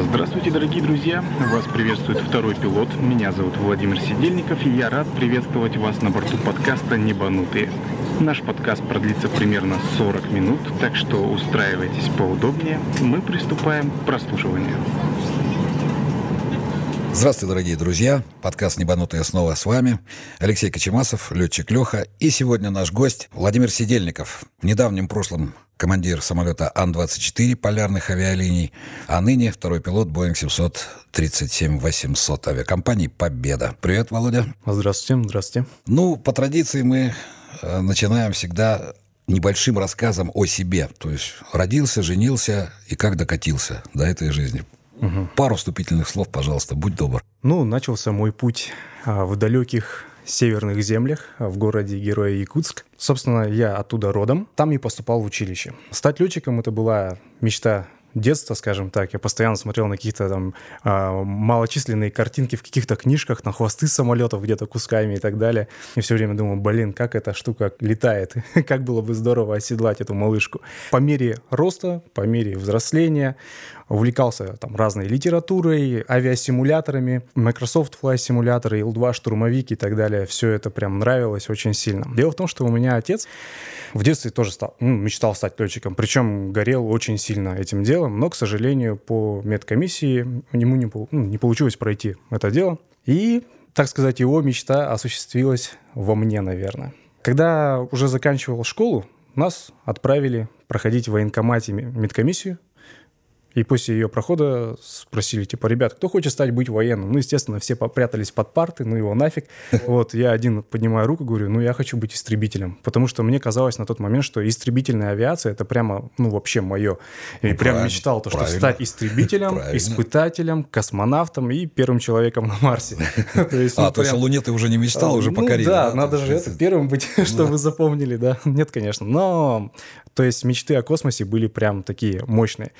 Здравствуйте, дорогие друзья! Вас приветствует второй пилот. Меня зовут Владимир Сидельников, и я рад приветствовать вас на борту подкаста «Небанутые». Наш подкаст продлится примерно 40 минут, так что устраивайтесь поудобнее. Мы приступаем к прослушиванию. Здравствуйте, дорогие друзья! Подкаст «Небанутые» снова с вами. Алексей Кочемасов, летчик Леха. И сегодня наш гость Владимир Сидельников. В недавнем прошлом командир самолета Ан-24 полярных авиалиний, а ныне второй пилот Boeing 737-800 авиакомпании «Победа». Привет, Володя. Здравствуйте. По традиции мы начинаем всегда небольшим рассказом о себе. То есть родился, женился и как докатился до этой жизни. Угу. Пару вступительных слов, пожалуйста, будь добр. Начался мой путь в далеких северных землях, в городе Героя Якутск. Собственно, я оттуда родом. Там и поступал в училище. Стать летчиком — это была мечта детства, скажем так. Я постоянно смотрел на какие-то там малочисленные картинки в каких-то книжках, на хвосты самолетов где-то кусками и так далее. И все время думал, как эта штука летает. Как было бы здорово оседлать эту малышку. По мере роста, по мере взросления увлекался там разной литературой, авиасимуляторами, Microsoft Flight Simulator, Ил-2, штурмовик и так далее. Все это прям нравилось очень сильно. Дело в том, что у меня отец в детстве тоже мечтал стать летчиком, причем горел очень сильно этим делом, но, к сожалению, по медкомиссии ему не получилось пройти это дело. И, так сказать, его мечта осуществилась во мне, наверное. Когда уже заканчивал школу, нас отправили проходить в военкомате медкомиссию. И после ее прохода спросили, ребят, кто хочет быть военным? Естественно, все попрятались под парты, его нафиг. Я один поднимаю руку, говорю, я хочу быть истребителем. Потому что мне казалось на тот момент, что истребительная авиация — это прямо, вообще мое. И прям мечтал, что стать истребителем, испытателем, космонавтом и первым человеком на Марсе. То есть о Луне ты уже не мечтал, уже покорил. Да, надо же первым быть, что вы запомнили, да? Нет, конечно. Но, то есть мечты о космосе были прям такие мощные.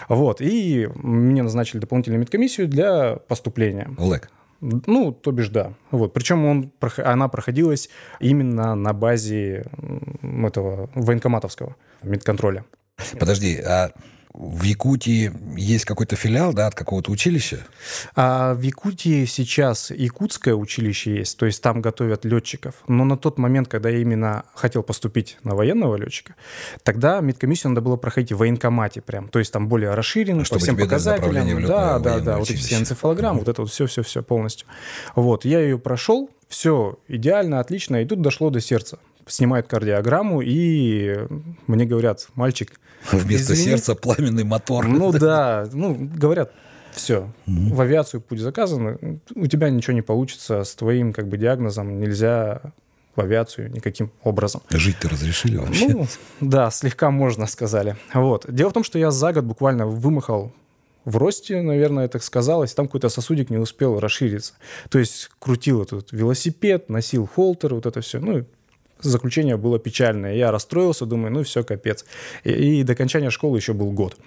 И мне назначили дополнительную медкомиссию для поступления. ЛЭК. То бишь, да. Причем она проходилась именно на базе этого военкоматовского медконтроля. Подожди, а в Якутии есть какой-то филиал, от какого-то училища? В Якутии сейчас якутское училище есть, то есть там готовят летчиков. Но на тот момент, когда я именно хотел поступить на военного летчика, тогда медкомиссию надо было проходить в военкомате прям. То есть там более расширенно, по всем показателям. Да, вот эти все энцефалограммы, это все полностью. Я ее прошел, все идеально, отлично, и тут дошло до сердца. Снимают кардиограмму, и мне говорят, мальчик... Вместо сердца пламенный мотор. Говорят, все, в авиацию путь заказан, у тебя ничего не получится с твоим диагнозом, нельзя в авиацию никаким образом. Жить-то разрешили вообще? Слегка можно, сказали. Дело в том, что я за год буквально вымахал в росте, наверное, так сказалось, там какой-то сосудик не успел расшириться. То есть крутил этот велосипед, носил холтер, это все, заключение было печальное. Я расстроился, думаю, все, капец. И до окончания школы еще был год.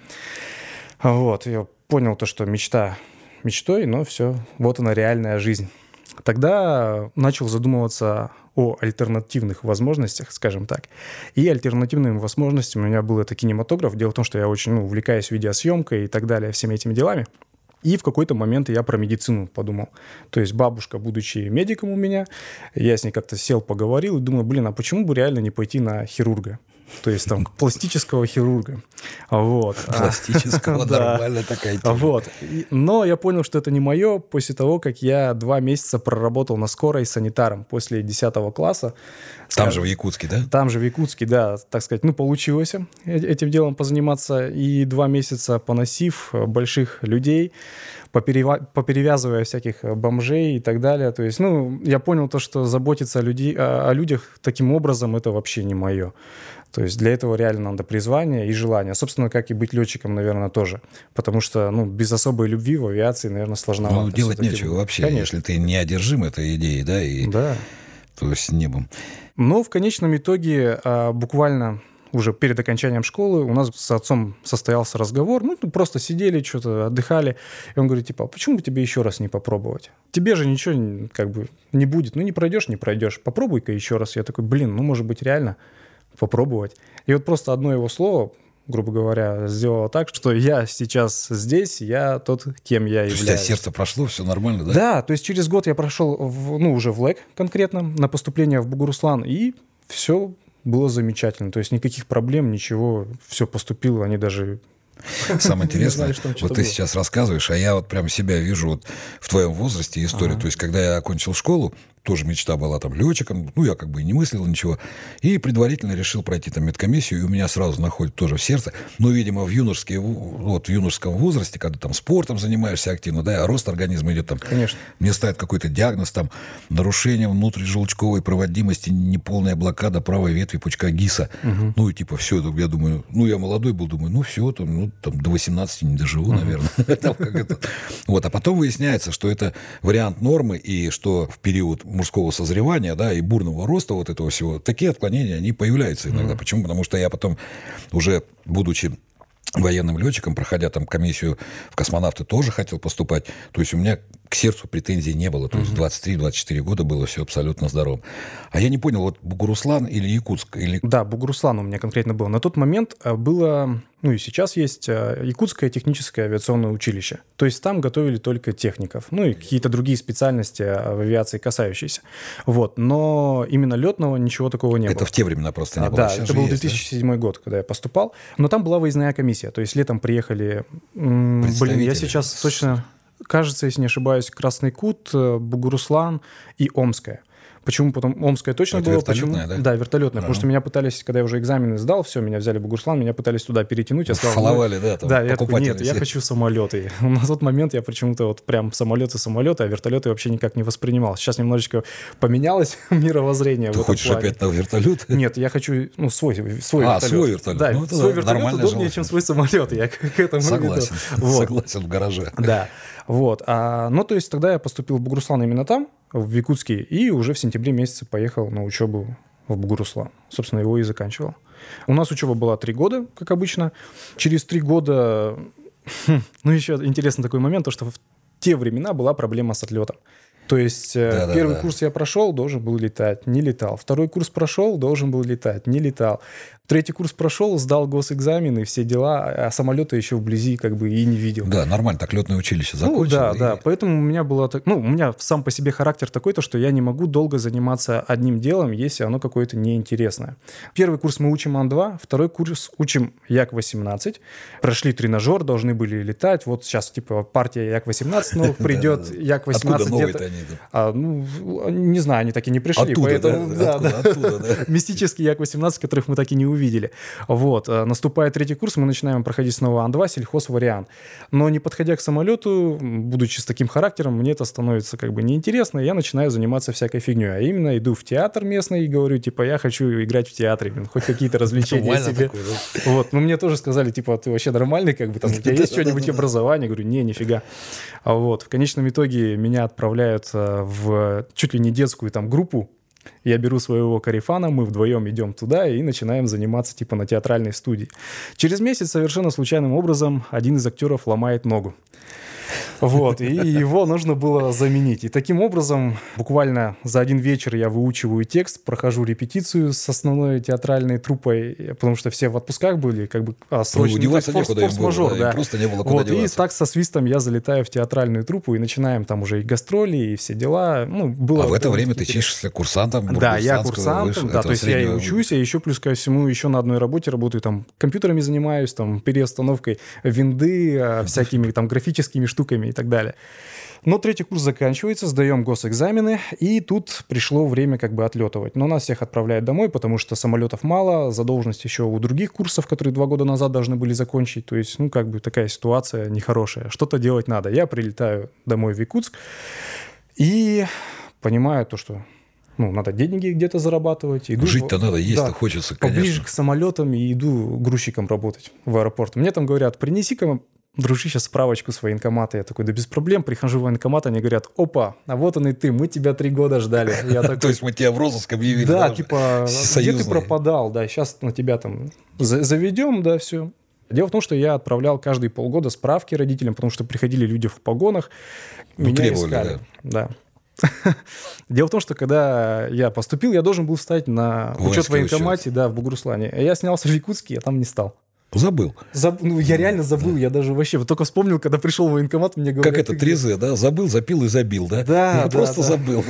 Я понял что мечта мечтой, но все, она реальная жизнь. Тогда начал задумываться о альтернативных возможностях, скажем так. И альтернативными возможностями у меня был это кинематограф. Дело в том, что я очень увлекаюсь видеосъемкой и так далее, всеми этими делами. И в какой-то момент я про медицину подумал. То есть бабушка, будучи медиком у меня, я с ней как-то сел, поговорил и думаю, а почему бы реально не пойти на хирурга? То есть пластического хирурга. Пластического, нормально такая тема. Но я понял, что это не мое после того, как я 2 месяца проработал на скорой санитаром после 10 класса. Там же в Якутске, да? Там же в Якутске, да, так сказать. Получилось этим делом позаниматься. И 2 месяца поносив больших людей, поперевязывая всяких бомжей и так далее. То есть, я понял что заботиться о людях таким образом, это вообще не мое. То есть для этого реально надо призвание и желание. Собственно, как и быть летчиком, наверное, тоже. Потому что, без особой любви в авиации, наверное, сложновато. Делать нечего вообще, конечно. Если ты не одержим этой идеей, да. То есть небом. Но в конечном итоге буквально уже перед окончанием школы у нас с отцом состоялся разговор. Просто сидели, что-то отдыхали. И он говорит, а почему бы тебе еще раз не попробовать? Тебе же ничего не будет. Не пройдешь. Попробуй-ка еще раз. Я такой, может быть, реально попробовать. И просто одно его слово грубо говоря, сделало так, что я сейчас здесь, я тот, кем я являюсь. То есть у тебя сердце прошло, все нормально, да? Да, то есть через год я прошел, уже в ЛЭК конкретно, на поступление в Бугуруслан, и все было замечательно. То есть никаких проблем, ничего, все поступило, они даже... Самое интересное, знали, вот ты сейчас рассказываешь, а я вот прям себя вижу вот в твоем возрасте историю. То есть, когда я окончил школу, тоже мечта была там летчиком, я как бы и не мыслил ничего, и предварительно решил пройти там медкомиссию, и у меня сразу находит тоже в сердце, видимо, в юношеском возрасте, когда там спортом занимаешься активно, да, рост организма идет там. Конечно. Мне ставят какой-то диагноз, там, нарушение внутрижелчковой проводимости, неполная блокада правой ветви пучка ГИСа. И типа все, я думаю, я молодой был, думаю, все, там до 18 не доживу, наверное. А потом выясняется, что это вариант нормы, и что в период мужского созревания, да, и бурного роста вот этого всего, такие отклонения, они появляются иногда. Почему? Потому что я потом, уже будучи военным летчиком, проходя там комиссию в космонавты, тоже хотел поступать. То есть у меня к сердцу претензий не было. То есть 23-24 года было все абсолютно здоровым. А я не понял, вот Бугуруслан или Якутск? Или... Да, Бугуруслан у меня конкретно был. На тот момент было, и сейчас есть Якутское техническое авиационное училище. То есть там готовили только техников. И какие-то другие специальности в авиации касающиеся. Но именно летного ничего такого не было. Это в те времена просто не было. Да, это был 2007 год, когда я поступал. Но там была выездная комиссия. То есть летом приехали... я сейчас точно... Кажется, если не ошибаюсь, Красный Кут, Бугуруслан и Омская. Почему потом Омская точно было? Вертолетная, да? Да, вертолетная. Потому что меня пытались, когда я уже экзамены сдал, все, меня взяли в Бугуруслан, меня пытались туда перетянуть. Я сказал, фаловали, да? Да, я такой, нет, я хочу самолеты. На тот момент я почему-то прям самолеты, а вертолеты вообще никак не воспринимал. Сейчас немножечко поменялось мировоззрение. Ты хочешь опять на вертолет? Нет, я хочу свой вертолет. Свой вертолет. Да, свой вертолет удобнее, чем свой самолет. Я к этому согласен. Согласен, в гараже. Да. То есть тогда я поступил в Бугуруслан именно там, в Якутске, и уже в сентябре месяце поехал на учебу в Бугуруслан. Собственно, его и заканчивал. У нас учеба была 3 года, как обычно. Через 3 года... еще интересный такой момент, то, что в те времена была проблема с отлетом. То есть первый курс я прошел, должен был летать, не летал. Второй курс прошел, должен был летать, не летал. Третий курс прошел, сдал госэкзамен и все дела, а самолета еще вблизи как бы и не видел. Да, нормально, так летное училище закончил. Да, поэтому у меня было... у меня сам по себе характер такой, то, что я не могу долго заниматься одним делом, если оно какое-то неинтересное. Первый курс мы учим Ан-2, второй курс учим Як-18. Прошли тренажер, должны были летать. Вот сейчас партия Як-18 новых придет. Як-18 откуда новые-то они? Не знаю, они так и не пришли. Оттуда. Мистический Як-18, которых мы так и не увидели. Наступает третий курс, мы начинаем проходить снова Ан-2, сельхозвариант. Но не подходя к самолету, будучи с таким характером, мне это становится как бы неинтересно, и я начинаю заниматься всякой фигней. А именно иду в театр местный и говорю, я хочу играть в театре, хоть какие-то развлечения себе. Мне тоже сказали, ты вообще нормальный, как бы, у тебя есть что-нибудь образование? Я говорю, нифига. В конечном итоге меня отправляют в чуть ли не детскую группу. Я беру своего корефана, мы вдвоем идем туда и начинаем заниматься на театральной студии. Через месяц совершенно случайным образом один из актеров ломает ногу. И его нужно было заменить. И таким образом, буквально за один вечер я выучиваю текст, прохожу репетицию с основной театральной труппой, потому что все в отпусках были, срочно. Деваться некуда им было, да. Просто не было куда деваться. И так со свистом я залетаю в театральную труппу, и начинаем там уже и гастроли, и все дела. А в это время ты чишься курсантом? Да, я курсантом, то есть я и учусь, а еще плюс ко всему еще на одной работе работаю, компьютерами занимаюсь, переустановкой винды, всякими графическими штуками и так далее. Но третий курс заканчивается, сдаем госэкзамены, и тут пришло время отлетывать. Но нас всех отправляют домой, потому что самолетов мало, задолженность еще у других курсов, которые 2 года назад должны были закончить. То есть, такая ситуация нехорошая. Что-то делать надо. Я прилетаю домой в Якутск и понимаю то, что надо деньги где-то зарабатывать. Жить-то надо, есть-то хочется, конечно. Поближе к самолетам и иду грузчиком работать в аэропорт. Мне там говорят, принеси-ка, дружище, справочку с военкомата. Я такой, да без проблем. Прихожу в военкомат, они говорят, опа, а вот он и ты, мы тебя 3 года ждали. То есть мы тебя в розыск объявили? Да, где ты пропадал? Да, сейчас на тебя заведем, да, все. Дело в том, что я отправлял каждые полгода справки родителям, потому что приходили люди в погонах, меня искали. Да. Дело в том, что когда я поступил, я должен был встать на учет в военкомате, в Бугуруслане. Я снялся в Якутске, я там не стал. Забыл. Ну, я реально забыл, я даже вообще вот только вспомнил, когда пришел в военкомат, мне говорят... Как это, 3Z, да? Забыл, запил и забил, да? Да, ну, просто забыл.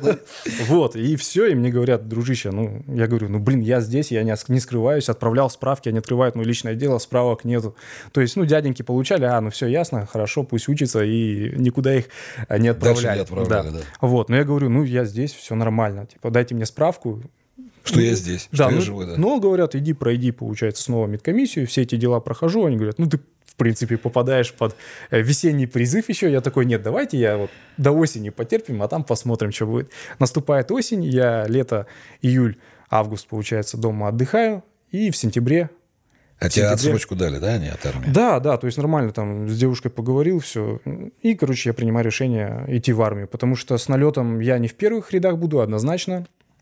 Вот, и все, и мне говорят, дружище, ну, я говорю, ну, блин, я здесь, я не скрываюсь, отправлял справки, они открывают мое личное дело, справок нету. То есть, ну, дяденьки получали, ну, все ясно, хорошо, пусть учатся, и никуда их не отправляли. Дальше не отправляли, да. Вот, но я говорю, ну, я здесь, все нормально, типа, дайте мне справку. Что я здесь, да, что я живой, да. Ну, говорят, иди, пройди, получается, снова медкомиссию, все эти дела прохожу. Они говорят, ну, ты, в принципе, попадаешь под весенний призыв еще. Я такой, нет, давайте я вот до осени потерпим, а там посмотрим, что будет. Наступает осень, я лето, июль, август, получается, дома отдыхаю, и в сентябре... А тебе отсрочку дали, да, не от армии? Да, то есть нормально, там с девушкой поговорил, все. И, короче, я принимаю решение идти в армию, потому что с налетом я не в первых рядах буду, однозначно.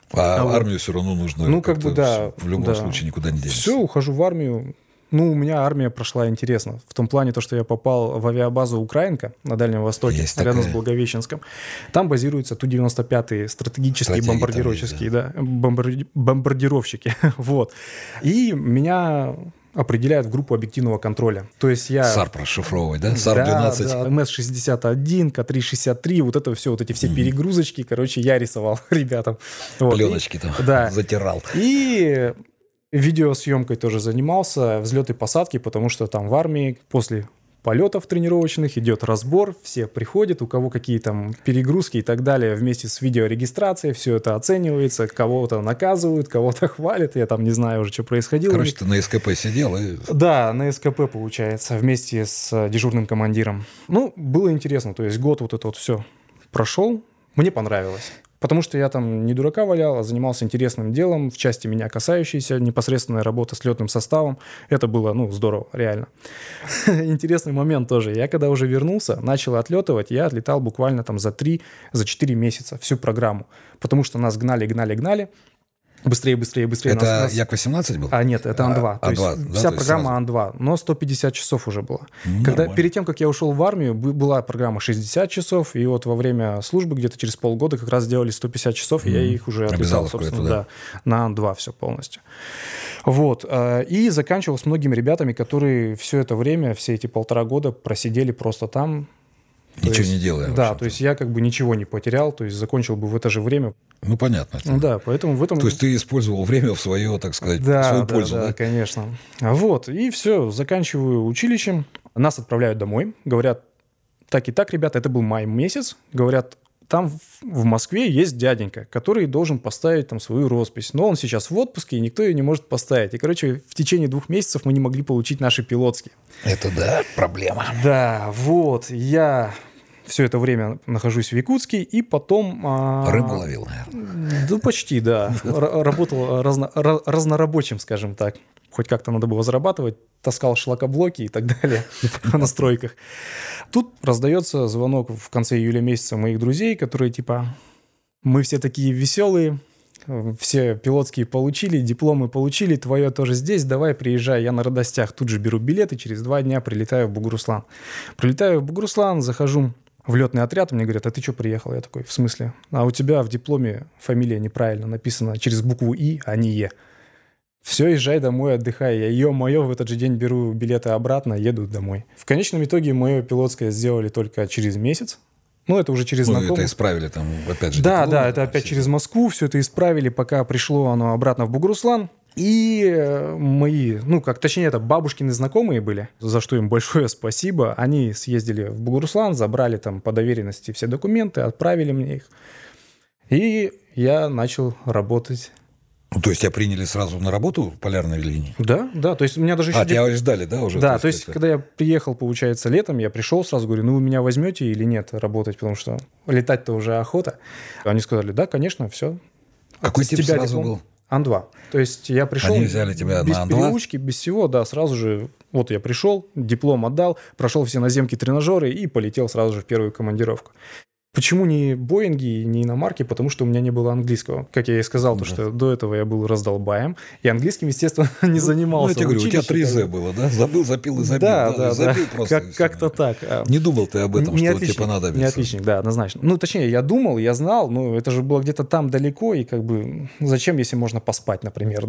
А армию все равно нужно. Ну, как бы, да. В любом случае никуда не денешься. Все, ухожу в армию. Ну, у меня армия прошла интересно. В том плане, что я попал в авиабазу «Украинка» на Дальнем Востоке, есть рядом такая. с Благовещенском. Там базируются Ту-95 стратегические бомбардировщики, бомбардировщики. Вот. И меня определяют в группу объективного контроля. То есть я... САР расшифровывать, да? САР-12. Да, МС-61, К-3-63, вот это все, вот эти все перегрузочки, короче, я рисовал ребятам. Вот. Пленочки там затирал. И видеосъемкой тоже занимался, взлеты и посадки, потому что там в армии после полетов тренировочных идет разбор, все приходят, у кого какие там перегрузки и так далее, вместе с видеорегистрацией все это оценивается, кого-то наказывают, кого-то хвалят, я там не знаю уже, что происходило. Короче, ты на СКП сидел и... Да, на СКП, получается, вместе с дежурным командиром. Ну, было интересно, то есть год вот это вот все прошел, мне понравилось. Потому что я там не дурака валял, а занимался интересным делом, в части меня касающейся, непосредственная работа с летным составом. Это было, ну, здорово, реально. Интересный момент тоже. Я когда уже вернулся, начал отлетывать, я отлетал буквально там за 4 месяца всю программу. Потому что нас гнали. Быстрее. Это Як-18 был? Нет, это Ан-2. То есть да, вся то есть программа сразу... Ан-2, но 150 часов уже было. Нормально. Перед тем, как я ушел в армию, была программа 60 часов, и вот во время службы где-то через полгода как раз сделали 150 часов, и я их уже отлетал, собственно, да, на Ан-2 все полностью. Вот. И заканчивал с многими ребятами, которые все это время, все эти 1,5 года просидели просто там. Ничего не делая. Да, то есть я как бы ничего не потерял, то есть закончил бы в это же время. Ну, понятно. Да, поэтому в этом... То есть ты использовал время в свое, так сказать, в свою пользу, да? Да, конечно. Вот, и все, заканчиваю училище, нас отправляют домой, говорят, так и так, ребята, это был май месяц, говорят, там в Москве есть дяденька, который должен поставить там свою роспись, но он сейчас в отпуске, и никто ее не может поставить. И, короче, в течение 2 месяцев мы не могли получить наши пилотские. Это, да, проблема. Да, вот, я все это время нахожусь в Якутске, и потом... Рыбу ловил, наверное. Да почти, да. Работал разнорабочим, скажем так. Хоть как-то надо было зарабатывать, таскал шлакоблоки и так далее на стройках. Тут раздается звонок в конце июля месяца моих друзей, которые типа, мы все такие веселые, все пилотские получили, дипломы получили, твое тоже здесь, давай приезжай. Я на радостях тут же беру билеты, через 2 дня прилетаю в Бугуруслан. Прилетаю в Бугуруслан, захожу в летный отряд, мне говорят, а ты что приехал? Я такой, в смысле? А у тебя в дипломе фамилия неправильно написана через букву И, а не Е. Все, езжай домой, отдыхай. Я, ё-моё, в этот же день беру билеты обратно, еду домой. В конечном итоге мое пилотское сделали только через месяц. Ну, это уже через знакомых. Это исправили там, опять же. Да, это опять через Москву. Все это исправили, пока пришло оно обратно в Бугуруслан. И мои, точнее, это бабушкины знакомые были, за что им большое спасибо. Они съездили в Бугуруслан, забрали там по доверенности все документы, отправили мне их. И я начал работать. То есть тебя приняли сразу на работу в полярной линии? Да, то есть у меня даже еще... тебя ждали, да, уже? Да, то есть когда я приехал, получается, летом, я пришел сразу, говорю, вы меня возьмете или нет работать, потому что летать-то уже охота. Они сказали, да, конечно, все. Какой тип сразу был? Ан-2. То есть я пришел... Они взяли тебя без на Ан-2? переучки, без всего, да, сразу же... Вот я пришел, диплом отдал, прошел все наземки, тренажеры и полетел сразу же в первую командировку. Почему не Боинги, не иномарки? Потому что у меня не было английского. Как я и сказал, что до этого я был раздолбаем. И английским, естественно, не занимался. Я тебе говорю, у тебя 3Z было, да? Забыл, запил и забил. Да. Забил просто. Как-то так. Не думал ты об этом, не что отличник, тебе понадобится. Не отличник, да, однозначно. Точнее, я думал, я знал, но это же было где-то там далеко, и как бы зачем, если можно поспать, например, да?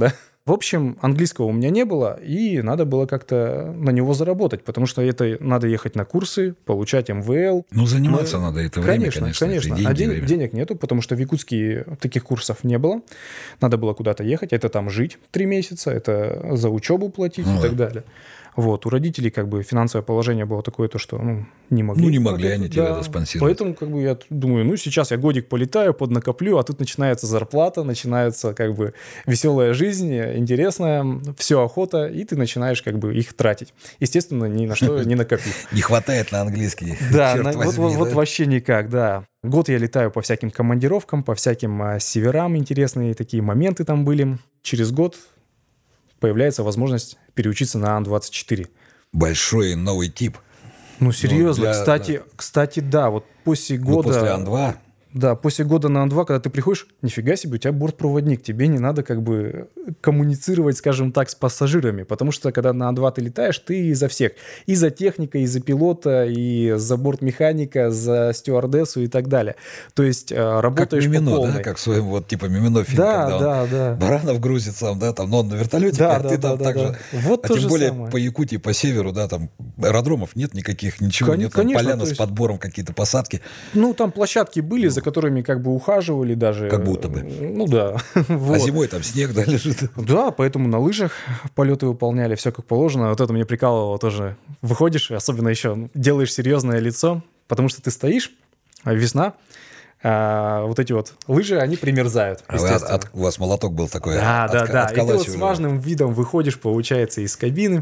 В общем, английского у меня не было, и надо было как-то на него заработать, потому что это надо ехать на курсы, получать МВЛ. Ну, заниматься надо, это время, конечно. Конечно. Это деньги, Денег нету, потому что в Якутске таких курсов не было. Надо было куда-то ехать, это там жить 3 месяца, это за учебу платить и так далее. Вот, у родителей как бы финансовое положение было такое, то, что не могли. Ну, не могли они тебя спонсировать. Поэтому как бы я думаю, сейчас я годик полетаю, поднакоплю, а тут начинается зарплата, начинается как бы веселая жизнь, интересная, все охота, и ты начинаешь как бы их тратить. Естественно, ни на что не накопив. Не хватает на английский. Да, вот вообще никак, да. Год я летаю по всяким командировкам, по всяким северам, интересные такие моменты там были. Через год появляется возможность переучиться на Ан-24. Большой новый тип. Ну, серьезно. Кстати, да, вот после года... после Ан-2... Да, после года на Ан-2, когда ты приходишь, нифига себе, у тебя бортпроводник, тебе не надо как бы коммуницировать, скажем так, с пассажирами, потому что когда на Ан-2 ты летаешь, ты за всех. И за техника, и за пилота, и за бортмеханика, за стюардессу и так далее. То есть работаешь как Мимино, по полной. Да? Как в своем вот типа Мимино фильм, когда он Баранов грузит сам, да, там, но он на вертолете, ты там так же. Вот а тем более самое. По Якутии, по северу, да, там аэродромов нет никаких, ничего нет, там поляны с подбором, какие-то посадки. Ну, там площадки были, за которыми как бы ухаживали даже. Как будто бы. Ну да. А зимой там снег, да, лежит. Да, поэтому на лыжах полеты выполняли, все как положено. Вот это мне прикалывало тоже. Выходишь, особенно еще делаешь серьезное лицо, потому что ты стоишь, весна, вот эти вот лыжи, они примерзают, естественно. У вас молоток был такой. Да. И ты вот с важным видом выходишь, получается, из кабины,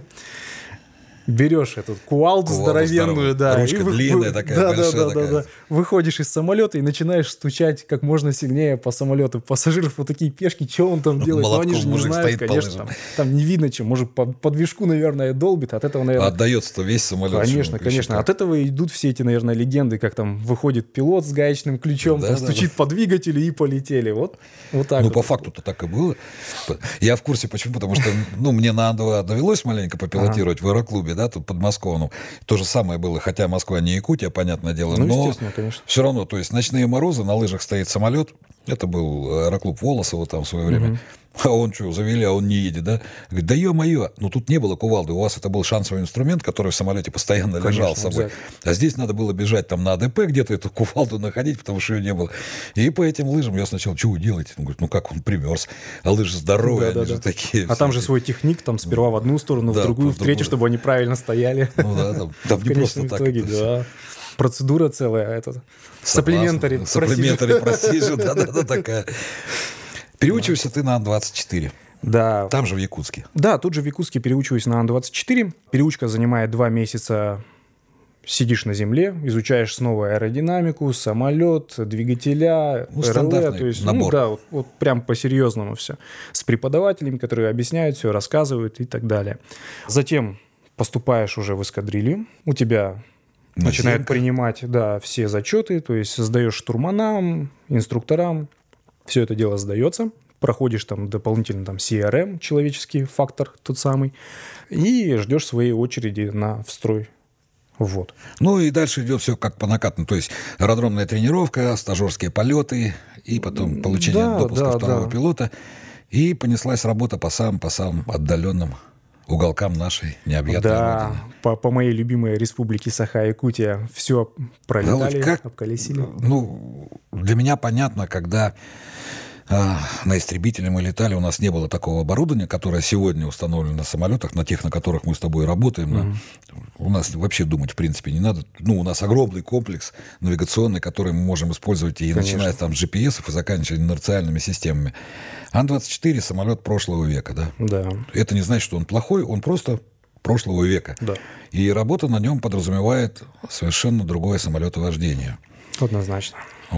берешь эту кувалду здоровенную, да. Ручка длинная такая, большая такая. Да. Выходишь из самолета и начинаешь стучать как можно сильнее по самолету. Пассажиров вот такие пешки, что он там делает? Ну, они же не знают, конечно. Там не видно, чем. Может, по движку, наверное, долбит. От этого, наверное... Отдается-то весь самолет. Конечно. От этого идут все эти, наверное, легенды, как там выходит пилот с гаечным ключом, стучит по двигателю и полетели. Вот так. Ну, по факту-то так и было. Я в курсе, почему. Потому что, мне на Ан-2 довелось маленько попилотировать в аэроклубе, да, тут под Москвой. То же самое было, хотя Москва не Якутия, понятное дело. Но конечно. Все равно, то есть ночные морозы, на лыжах стоит самолет. Это был аэроклуб Волосово там в свое время. А он что, завели, а он не едет, да? Говорит, да ё-моё, тут не было кувалды, у вас это был шансовый инструмент, который в самолете постоянно лежал с собой. А здесь надо было бежать там на АДП где-то эту кувалду находить, потому что ее не было. И по этим лыжам я сначала, что вы делаете? Он говорит, как он примерз. А лыжи здоровые, они же такие. А там же свой техник, там сперва в одну сторону, в другую, в третью, чтобы они правильно стояли. Ну да, там не просто так. Да. Процедура целая. Саплиментари. Саплиментари просижу, да, такая. Переучився ты на Ан-24. Да. Там же в Якутске. Да, тут же в Якутске переучиваюсь на Ан-24. Переучка занимает 2 месяца. Сидишь на земле, изучаешь снова аэродинамику, самолет, двигателя, стандартный то есть, набор. Вот прям по-серьезному все. С преподавателями, которые объясняют все, рассказывают и так далее. Затем поступаешь уже в эскадрилью. У тебя начинают принимать, все зачеты, то есть сдаешь штурманам, инструкторам. Все это дело сдается. Проходишь там дополнительно CRM, человеческий фактор тот самый, и ждешь своей очереди в строй. Вот. Ну и дальше идет все как по накатанной. То есть аэродромная тренировка, стажерские полеты, и потом получение допуска второго пилота. И понеслась работа по самым отдаленным уголкам нашей необъятной родины. По моей любимой республике Саха-Якутия все пролетали, обколесили. Для меня понятно, когда на истребителе мы летали, у нас не было такого оборудования, которое сегодня установлено на самолетах, на тех, на которых мы с тобой работаем. У нас вообще думать, в принципе, не надо. У нас огромный комплекс навигационный, который мы можем использовать и начиная с GPS и заканчивая инерциальными системами. Ан-24 самолет прошлого века, да? Да. Это не значит, что он плохой, он просто прошлого века. Да. И работа на нем подразумевает совершенно другое самолетовождение. Однозначно.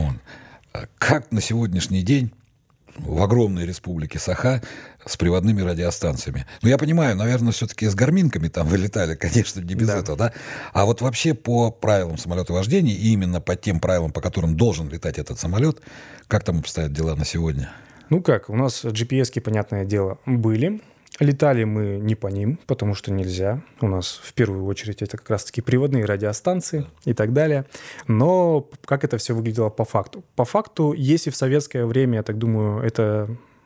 Как на сегодняшний день в огромной республике Саха с приводными радиостанциями. Я понимаю, наверное, все-таки с гарминками там вылетали, конечно, не без этого, да? А вот вообще по правилам самолетовождения, и именно по тем правилам, по которым должен летать этот самолет, как там обстоят дела на сегодня? У нас GPS-ки, понятное дело, были. Летали мы не по ним, потому что нельзя. У нас в первую очередь это как раз-таки приводные радиостанции и так далее. Но как это все выглядело по факту? По факту, если в советское время, я так думаю, это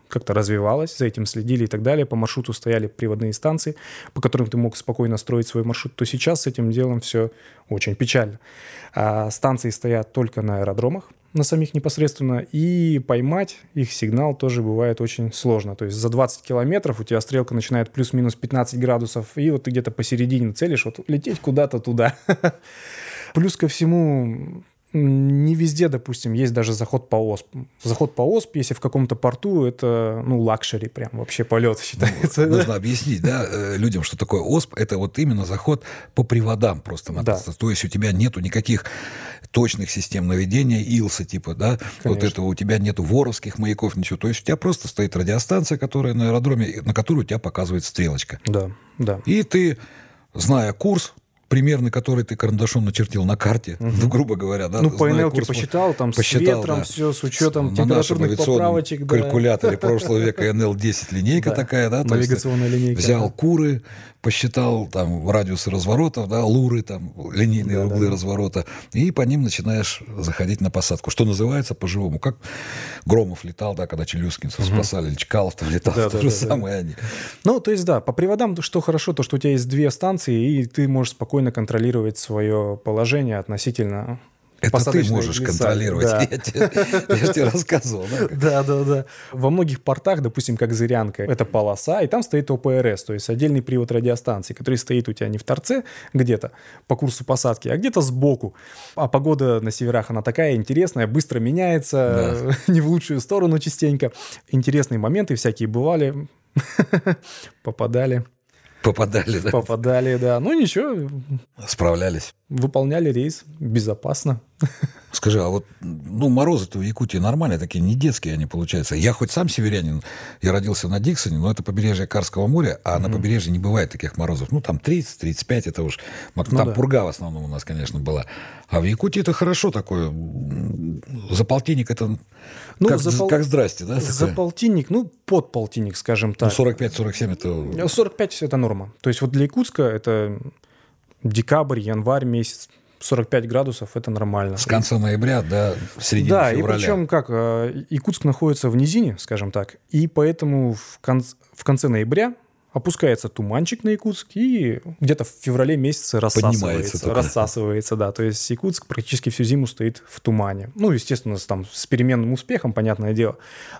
как-то развивалась, за этим следили и так далее. По маршруту стояли приводные станции, по которым ты мог спокойно строить свой маршрут, то сейчас с этим делом все очень печально. Станции стоят только на аэродромах, на самих непосредственно, и поймать их сигнал тоже бывает очень сложно. То есть за 20 километров у тебя стрелка начинает плюс-минус 15 градусов, и вот ты где-то посередине целишь, вот лететь куда-то туда. Плюс ко всему, не везде, допустим, есть даже заход по ОСП. Заход по ОСП, если в каком-то порту, это, лакшери прям, вообще полет считается. Нужно объяснить, людям, что такое ОСП. Это вот именно заход по приводам просто-напросто. Да. То есть у тебя нету никаких точных систем наведения, ИЛСа типа, да? Конечно. Вот этого у тебя нету воровских маяков, ничего. То есть у тебя просто стоит радиостанция, которая на аэродроме, на которую у тебя показывает стрелочка. Да, да. И ты, зная курс, примерный, который ты карандашом начертил на карте, грубо говоря. Да, по НЛ-ке посчитал, там с ветром, да. Все, с учетом температурных поправочек. На калькуляторе прошлого века НЛ-10 линейка такая, да? Навигационная линейка. Взял куры, посчитал там радиусы разворотов, да, луры, там, линейные углы разворота, и по ним начинаешь заходить на посадку. Что называется по-живому. Как Громов летал, да, когда челюскинцев спасали, или Чкалов там летал, то же самое они. То есть, по приводам, что хорошо, то, что у тебя есть 2 станции, и ты можешь спокойно контролировать свое положение относительно это ты можешь контролировать. Да. Я тебе рассказывал. Да. Во многих портах, допустим, как Зырянка, это полоса, и там стоит ОПРС, то есть отдельный привод радиостанции, который стоит у тебя не в торце где-то по курсу посадки, а где-то сбоку. А погода на северах, она такая интересная, быстро меняется, не в лучшую сторону частенько. Интересные моменты всякие бывали, попадали, да. Ничего. Справлялись. Выполняли рейс безопасно. Скажи, а вот морозы-то в Якутии нормальные такие, не детские они получаются. Я хоть сам северянин, я родился на Диксоне, но это побережье Карского моря, а на побережье не бывает таких морозов. Там 30-35, это уж... Там пурга в основном у нас, конечно, была. А в Якутии это хорошо такое. За полтинник это... как здрасте, да? За полтинник, под полтинник, скажем так. 45-47 это... 45 это норма. То есть вот для Якутска это декабрь, январь месяц. 45 градусов – это нормально. С конца ноября до середины февраля. Да, и причем Якутск находится в низине, скажем так, и поэтому в конце ноября опускается туманчик на Якутск, и где-то в феврале месяце рассасывается, да. То есть Якутск практически всю зиму стоит в тумане. Естественно, там с переменным успехом, понятное дело.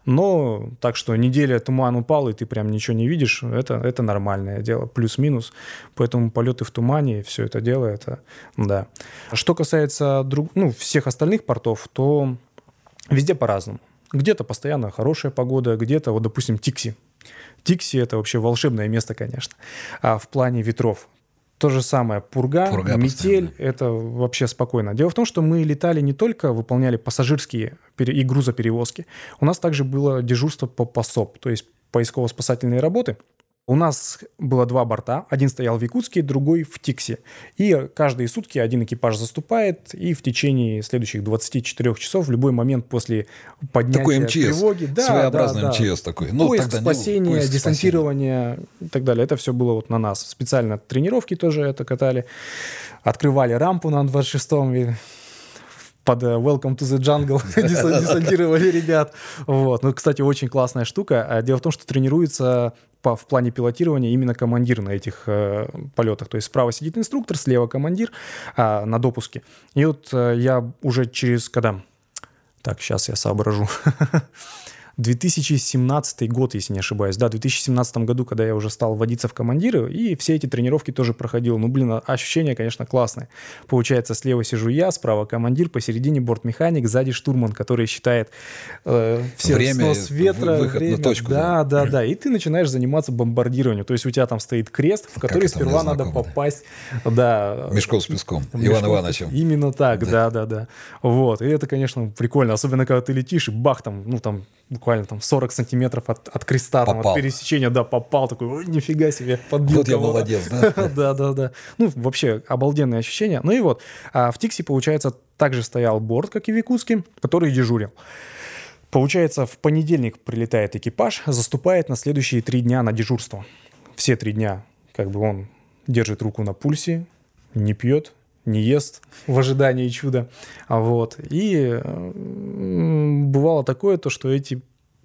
Но так что неделя туман упал, и ты прям ничего не видишь, это нормальное дело, плюс-минус. Поэтому полеты в тумане, все это дело, это да. Что касается всех остальных портов, то везде по-разному. Где-то постоянно хорошая погода, где-то, вот, допустим, Тикси. Тикси – это вообще волшебное место, конечно. А в плане ветров то же самое. Пурга метель – это вообще спокойно. Дело в том, что мы летали не только, выполняли пассажирские и грузоперевозки. У нас также было дежурство по ПАСОП, то есть поисково-спасательные работы. У нас было 2 борта. Один стоял в Якутске, другой в Тикси. И каждые сутки один экипаж заступает, и в течение следующих 24 часов в любой момент после поднятия тревоги... Своеобразный МЧС такой. Поиск, спасение, десантирование и так далее. Это все было вот на нас. Специально тренировки тоже это катали. Открывали рампу на Ан-26 под Welcome to the Jungle десантировали ребят. Кстати, очень классная штука. Дело в том, что тренируется в плане пилотирования именно командир на этих полетах. То есть справа сидит инструктор, слева командир на допуске. И вот я уже когда... Так, сейчас я соображу. 2017 год, если не ошибаюсь. Да, в 2017 году, когда я уже стал водиться в командиры, и все эти тренировки тоже проходил. Ощущения, конечно, классные. Получается, слева сижу я, справа командир, посередине бортмеханик, сзади штурман, который считает все снос ветра. Выход на точку. Да. И ты начинаешь заниматься бомбардированием. То есть у тебя там стоит крест, в который сперва надо попасть. Да. Мешком с песком. Иван Ивановичем. Именно так, да. И это, конечно, прикольно. Особенно, когда ты летишь, и бах, там буквально 40 сантиметров от креста, от пересечения, попал, такой, нифига себе, подбил. Вот я молодец, да? Да. Вообще, обалденные ощущения. В Тикси, получается, также стоял борт, как и в Якутске, который дежурил. Получается, в понедельник прилетает экипаж, заступает на следующие 3 дня на дежурство. Все 3 дня, он держит руку на пульсе, не пьет, не ест в ожидании чуда. И бывало такое, что эти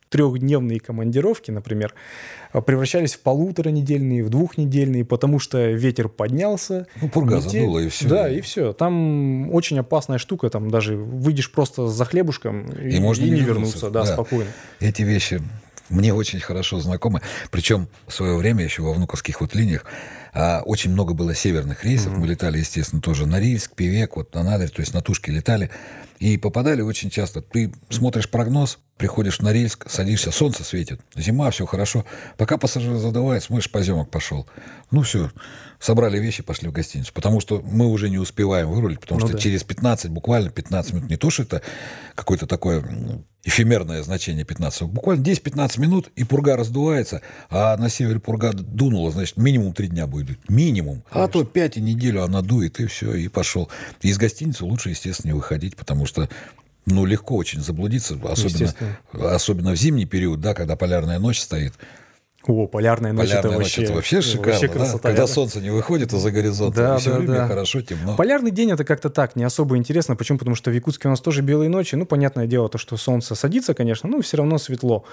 трехдневные командировки, например, превращались в полуторанедельные, в двухнедельные, потому что ветер поднялся. Пурга задула, и все. Да, и все. Там очень опасная штука, там даже выйдешь просто за хлебушком и можно не вернуться, да, спокойно. Эти вещи мне очень хорошо знакомы. Причем в свое время еще во внуковских линиях очень много было северных рейсов. Мы летали, естественно, тоже на Рильск, Певек, на Надрь, то есть на Тушке летали. И попадали очень часто. Ты смотришь прогноз, приходишь на Рильск, садишься, солнце светит, зима, все хорошо. Пока пассажир задувает, смотришь, поземок пошел. Все, собрали вещи, пошли в гостиницу. Потому что мы уже не успеваем вырулить, потому что через 15, буквально 15 минут, не то, что это какое-то такое эфемерное значение 15, буквально 10-15 минут, и пурга раздувается, а на севере пурга дунула, значит, минимум 3 дня будет. Минимум. Конечно. А то 5 и неделю она дует, и все, и пошел. И из гостиницы лучше, естественно, не выходить, потому что легко очень заблудиться, особенно в зимний период, да, когда полярная ночь стоит. Полярная ночь, это вообще шикарно, вообще красота, да? Когда солнце не выходит из-за горизонта, все время хорошо, темно. Полярный день это как-то так, не особо интересно. Почему? Потому что в Якутске у нас тоже белые ночи. Понятное дело, то, что солнце садится, конечно, все равно светло.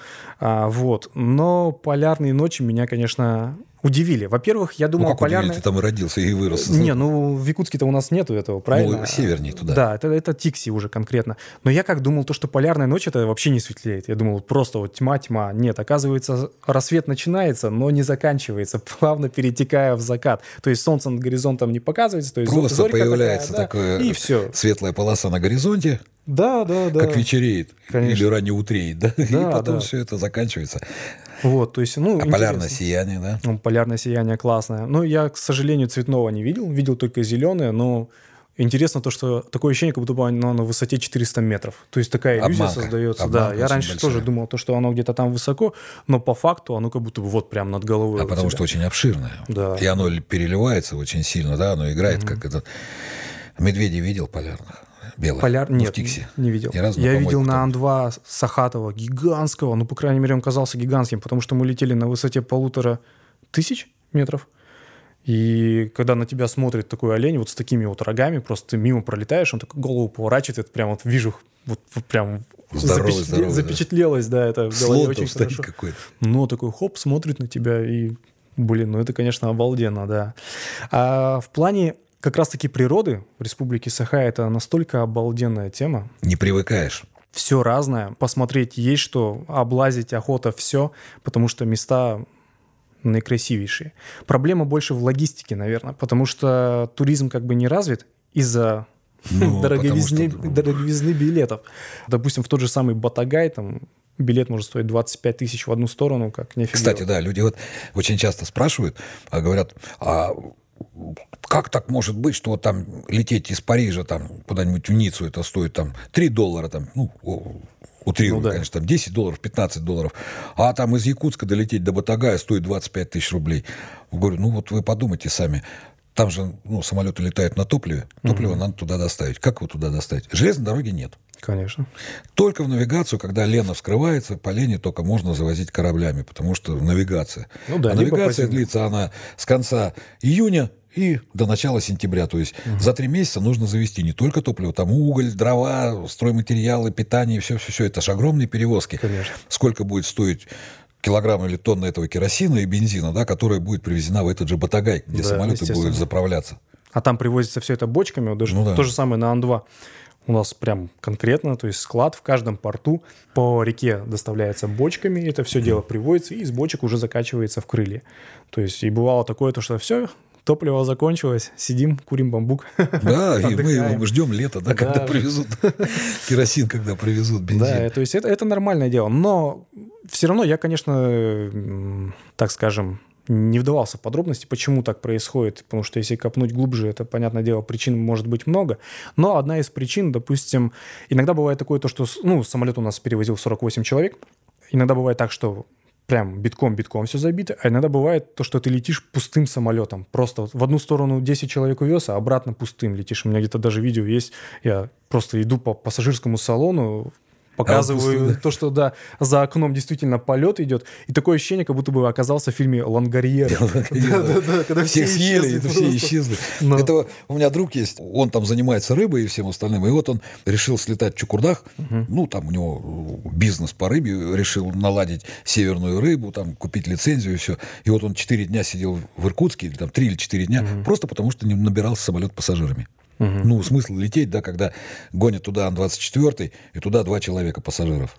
Но полярные ночи меня, конечно, удивили. Во-первых, я думал, полярные... Ты там и родился, и вырос. Не, в Якутске-то у нас нету этого, правильно? Севернее туда. Да, это Тикси уже конкретно. Но я как думал, то, что полярная ночь, это вообще не светлеет. Я думал, просто тьма. Нет, оказывается, рассвет начинается, но не заканчивается, плавно перетекая в закат. То есть солнце над горизонтом не показывается. То есть просто появляется такая светлая полоса на горизонте. Да. Как вечереет. Конечно. Или ранее утреет, да? И потом все это заканчивается. То есть, полярное сияние, да? Полярное сияние классное. Я, к сожалению, цветного не видел. Видел только зеленое, но интересно то, что такое ощущение, как будто оно на высоте 400 метров. То есть такая иллюзия создается. Да, я раньше тоже думал, что оно где-то там высоко, но по факту оно как будто бы прям над головой. Потому что очень обширное. Да. И оно переливается очень сильно, да, оно играет как этот... Медведей видел полярных? Белых? Нет, в Тикси. Не видел. Я видел на Ан-2 Сахатова, гигантского, по крайней мере, он казался гигантским, потому что мы летели на высоте 1500 метров. И когда на тебя смотрит такой олень с такими рогами, просто ты мимо пролетаешь, он так голову поворачивает, это прям вижу, прям здоровый, запечатлелось, да, это в голове очень хорошо. Какой-то. Такой смотрит на тебя и, это, конечно, обалденно, да. А в плане как раз-таки природы в Республике Саха это настолько обалденная тема. Не привыкаешь. Все разное. Посмотреть есть что, облазить, охота, все, потому что места наикрасивейшие. Проблема больше в логистике, наверное, потому что туризм не развит из-за дороговизны билетов. Допустим, в тот же самый Батагай, там билет может стоить 25 тысяч в одну сторону, как нефиг. Кстати, да, люди очень часто спрашивают, говорят, как так может быть, что там лететь из Парижа куда-нибудь в Ниццу это стоит $3, утрирую, конечно, $10, $15, а там из Якутска долететь до Батагая стоит 25 тысяч рублей. Говорю, вы подумайте сами. Там же самолеты летают на топливе. Топливо надо туда доставить. Как его туда доставить? Железной дороги нет. Конечно. Только в навигацию, когда Лена вскрывается, по Лене только можно завозить кораблями, потому что навигация. Навигация длится она с конца июня и до начала сентября. То есть за 3 месяца нужно завести не только топливо, там уголь, дрова, стройматериалы, питание, все. Это же огромные перевозки. Конечно. Сколько будет стоить килограмм или тонна этого керосина и бензина, да, которая будет привезена в этот же Батагай, где самолеты будут заправляться. А там привозится все это бочками, даже то же самое на Ан-2. У нас прям конкретно, то есть склад в каждом порту по реке доставляется бочками, это все дело привозится, и из бочек уже закачивается в крылья. То есть и бывало такое, что все, топливо закончилось, сидим, курим бамбук. Да, и мы ждем лета, когда привезут керосин, когда привезут бензин. Да, то есть это нормальное дело. Но все равно я, конечно, так скажем, не вдавался в подробности, почему так происходит, потому что если копнуть глубже, это, понятное дело, причин может быть много. Но одна из причин, допустим, иногда бывает такое, то, что самолет у нас перевозил 48 человек. Иногда бывает так, что прям битком все забито, а иногда бывает то, что ты летишь пустым самолетом. Просто в одну сторону 10 человек увез, а обратно пустым летишь. У меня где-то даже видео есть, я просто иду по пассажирскому салону, показываю то, что да, за окном действительно полет идет. И такое ощущение, как будто бы оказался в фильме «Лангольеры». Да, когда все съели, это все исчезли. Это у меня друг есть, он там занимается рыбой и всем остальным. И вот он решил слетать в Чукурдах. Ну, там у него бизнес по рыбе, решил наладить северную рыбу, там купить лицензию и все. И вот он 4 дня сидел в Иркутске, или там 3 или 4 дня, просто потому что не набирался самолет пассажирами. Ну, смысл лететь, да, когда гонят туда Ан-24, и туда 2 человека пассажиров.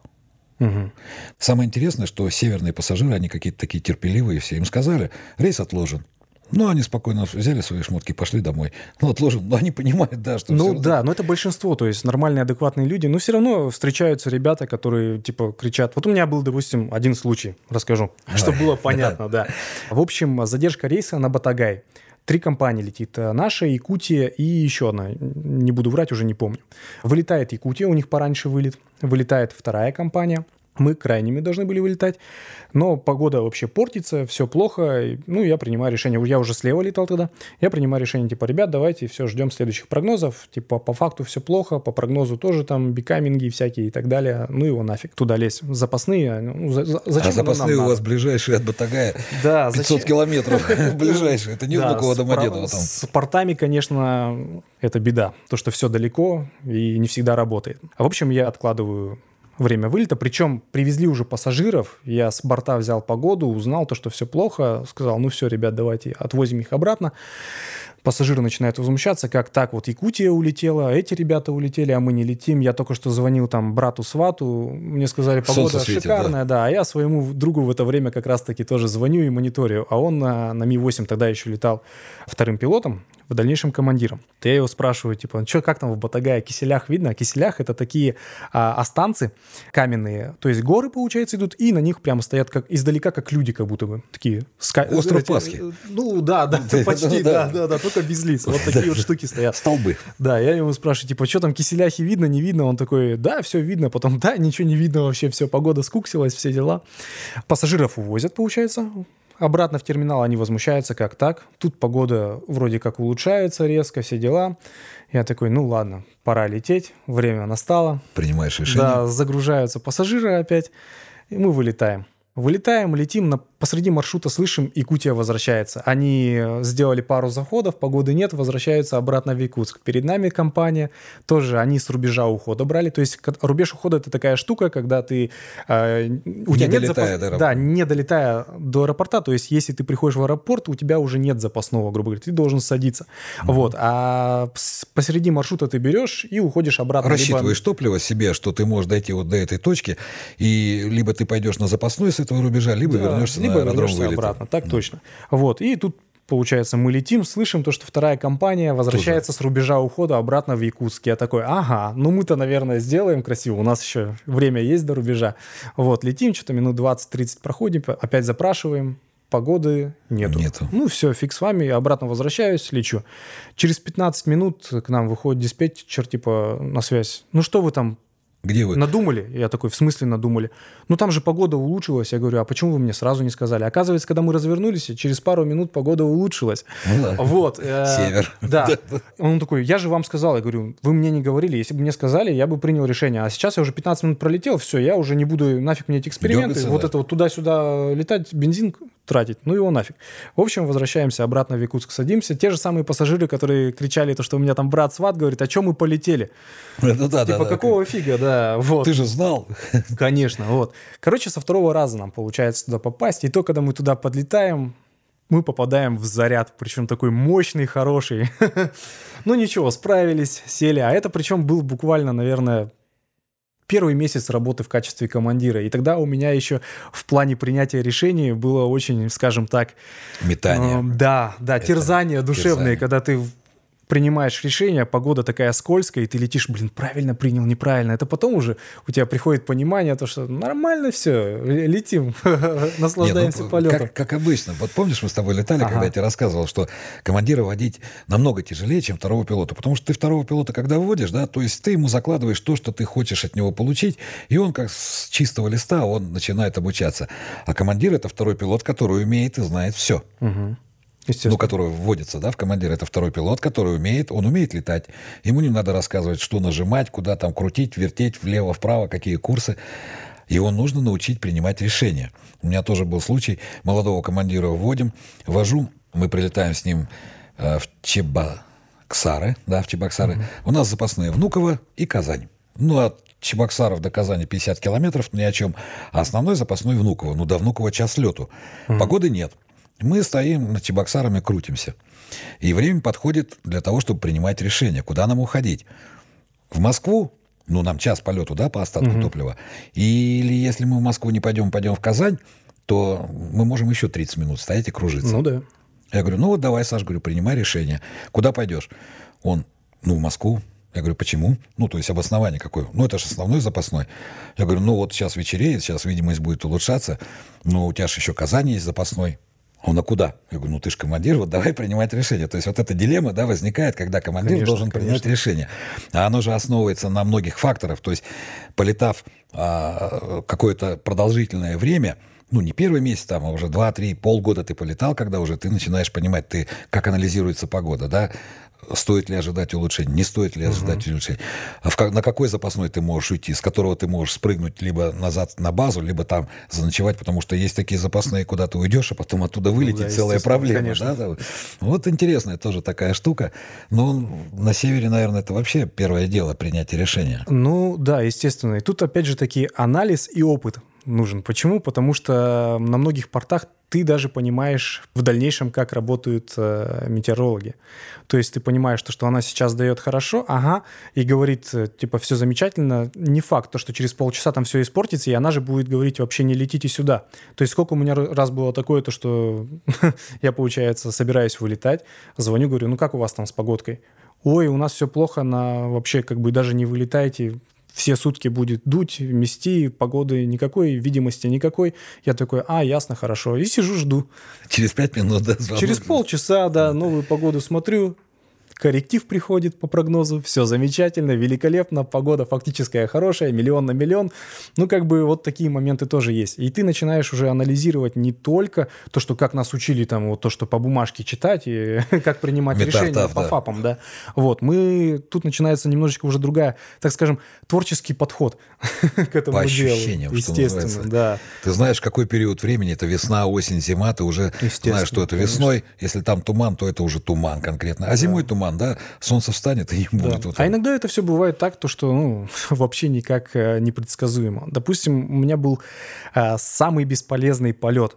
Самое интересное, что северные пассажиры, они какие-то такие терпеливые все. Им сказали, рейс отложен. Ну, они спокойно взяли свои шмотки, пошли домой. Ну, отложен, но они понимают, да, что... Ну, да, но это большинство, то есть нормальные, адекватные люди. Но все равно встречаются ребята, которые, типа, кричат. Вот у меня был, допустим, один случай, расскажу, чтобы было понятно, да. В общем, задержка рейса на Батагай. 3 компании летит. Наша, Якутия и еще одна. Не буду врать, уже не помню. Вылетает Якутия, у них пораньше вылет. Вылетает 2-я компания. Мы крайними должны были вылетать. Но погода вообще портится, все плохо. Ну, я принимаю решение. Я уже слева летал тогда. Я принимаю решение, типа, ребят, давайте все, ждем следующих прогнозов. Типа, по факту все плохо, по прогнозу тоже там бикаминги всякие и так далее. Ну, его нафиг. Туда лезть. Запасные. Ну, зачем запасные у вас ближайшие от Батагая? Да, 500 километров ближайшие. Это не внуково Домодедово там. С портами, конечно, это беда. То, что все далеко и не всегда работает. В общем, я откладываю время вылета, причем привезли уже пассажиров, я с борта взял погоду, узнал то, что все плохо, сказал, ну все, ребят, давайте отвозим их обратно. Пассажиры начинают возмущаться, как так, вот Якутия улетела, эти ребята улетели, а мы не летим. Я только что звонил там брату-свату, мне сказали, погода светит, шикарная, да, а я своему другу в это время как раз-таки тоже звоню и мониторю, а он на Ми-8 тогда еще летал 2-м пилотом, в дальнейшем командиром. То я его спрашиваю, типа, что, как там в Батагае, Киселях видно? А Киселях — это такие останцы каменные, то есть горы, получается, идут, и на них прямо стоят как издалека, как люди, как будто бы, такие... Остров Пасхи. Ну, да, почти, да, только без лиц. Вот такие вот штуки стоят. Столбы. Да, я ему спрашиваю, типа, что там, Киселяхи видно, не видно? Он такой, да, все видно. Потом, да, ничего не видно вообще, все, погода скуксилась, все дела. Пассажиров увозят, получается, обратно в терминал, они возмущаются, как так? Тут погода вроде как улучшается резко, все дела. Я такой, ну ладно, пора лететь, время настало. Принимаешь решение. Да, загружаются пассажиры опять, и мы вылетаем. Вылетаем, летим, посреди маршрута слышим, Якутия возвращается. Они сделали пару заходов, погоды нет, возвращаются обратно в Якутск. Перед нами компания, тоже они с рубежа ухода брали. То есть рубеж ухода — это такая штука, когда ты... у тебя нет не долетая до аэропорта, то есть если ты приходишь в аэропорт, у тебя уже нет запасного, грубо говоря, ты должен садиться. Вот. А посреди маршрута ты берешь и уходишь обратно. Рассчитываешь топливо себе, что ты можешь дойти вот до этой точки, и либо ты пойдешь на запасной с этого рубежа, либо вернешься на аэродром вылета. Обратно, так точно. Вот, и тут, получается, мы летим, слышим то, что 2-я компания возвращается с рубежа ухода обратно в Якутск. Я такой, ага, ну мы-то, наверное, сделаем красиво, у нас еще время есть до рубежа. Вот, летим, что-то минут 20-30 проходим, опять запрашиваем, погоды нету. Ну все, фиг с вами, обратно возвращаюсь, лечу. Через 15 минут к нам выходит диспетчер, типа, на связь. Ну что вы там? Где вы? Надумали? Я такой, в смысле надумали? Ну, там же погода улучшилась. Я говорю, а почему вы мне сразу не сказали? Оказывается, когда мы развернулись, через пару минут погода улучшилась. Вот. Север. Да. Он такой, я же вам сказал. Я говорю, вы мне не говорили. Если бы мне сказали, я бы принял решение. А сейчас я уже 15 минут пролетел, все, я уже не буду, нафиг мне эти эксперименты. Дергаться, вот да. это вот туда-сюда летать, бензин тратить. Ну, его нафиг. В общем, возвращаемся обратно в Якутск, садимся. Те же самые пассажиры, которые кричали, то, что у меня там брат-сват, говорит, о чем мы полетели? Ну, да, типа, какого фига, да. Вот. Ты же знал. Конечно, вот. Короче, со 2-го раза нам получается туда попасть. И то, когда мы туда подлетаем, мы попадаем в заряд. Причем такой мощный, хороший. Ну ничего, справились, сели. А это причем был буквально, наверное, 1-й месяц работы в качестве командира. И тогда у меня еще в плане принятия решений было очень, скажем так... Метание. Да, терзание душевное, когда ты... принимаешь решение, погода такая скользкая, и ты летишь, правильно принял, неправильно. Это потом уже у тебя приходит понимание, то, что нормально все, летим, наслаждаемся полетом. Как обычно. Вот помнишь, мы с тобой летали, когда я тебе рассказывал, что командира водить намного тяжелее, чем 2-го пилота. Потому что ты 2-го пилота, когда вводишь, да, то есть ты ему закладываешь то, что ты хочешь от него получить, и он как с чистого листа, он начинает обучаться. А командир — это 2-й пилот, который умеет и знает все. Естественно. который вводится, да, в командир. Это второй пилот, который умеет летать. Ему не надо рассказывать, что нажимать, куда там крутить, вертеть, влево-вправо, какие курсы. Его нужно научить принимать решения. У меня тоже был случай, молодого командира вводим, вожу, мы прилетаем с ним в Чебоксары, У нас запасные Внуково и Казань. От Чебоксаров до Казани 50 километров, ни о чем. А основной запасной Внуково. До Внуково час лету. Погоды нет. Мы стоим над Чебоксарами, крутимся. И время подходит для того, чтобы принимать решение, куда нам уходить. В Москву, нам час полету, по остатку топлива. Или если мы в Москву не пойдем в Казань, то мы можем еще 30 минут стоять и кружиться. Да. Я говорю, давай, Саш, принимай решение. Куда пойдешь? Он, в Москву. Я говорю, почему? То есть обоснование какое? Это же основной запасной. Я говорю, сейчас вечереет, сейчас видимость будет улучшаться, но у тебя же еще Казань есть запасной. Он, а куда? Я говорю, ты же командир, давай принимать решение. То есть эта дилемма, возникает, когда командир должен принять решение. А оно же основывается на многих факторах. То есть, полетав какое-то продолжительное время, не первый месяц, а уже 2-3, полгода ты полетал, когда уже ты начинаешь понимать, как анализируется погода, стоит ли ожидать улучшений, не стоит ли ожидать улучшений. На какой запасной ты можешь уйти, с которого ты можешь спрыгнуть либо назад на базу, либо там заночевать, потому что есть такие запасные, куда ты уйдешь, а потом оттуда вылетит целая проблема. Вот интересная тоже такая штука. Но на севере, наверное, это вообще первое дело принятие решения. Естественно. И тут опять же таки анализ и опыт нужен. Почему? Потому что на многих портах ты даже понимаешь в дальнейшем, как работают метеорологи. То есть ты понимаешь, что она сейчас дает хорошо, и говорит, все замечательно. Не факт, что через полчаса там все испортится, и она же будет говорить, вообще не летите сюда. То есть сколько у меня раз было такое, что я, получается, собираюсь вылетать, звоню, говорю, как у вас там с погодкой? Ой, у нас все плохо, вообще даже не вылетайте, все сутки будет дуть, мести, погоды никакой, видимости никакой. Я такой, ясно, хорошо. И сижу, жду. Через 5 минут, Через полчаса, новую погоду смотрю. Корректив приходит по прогнозу, все замечательно, великолепно, погода фактическая хорошая, 1 на 1 миллион. Вот такие моменты тоже есть. И ты начинаешь уже анализировать не только то, что как нас учили, то, что по бумажке читать, и как принимать решения по ФАПам. Мы, тут начинается немножечко уже другая, так скажем, творческий подход к этому по делу. Ощущениям, естественно, да. Ты знаешь, какой период времени, это весна, осень, зима, ты уже знаешь, что это весной, если там туман, то это уже туман конкретно. А зимой туман, солнце встанет и не будет. А иногда это все бывает так, что вообще никак непредсказуемо. Допустим, у меня был самый бесполезный полет.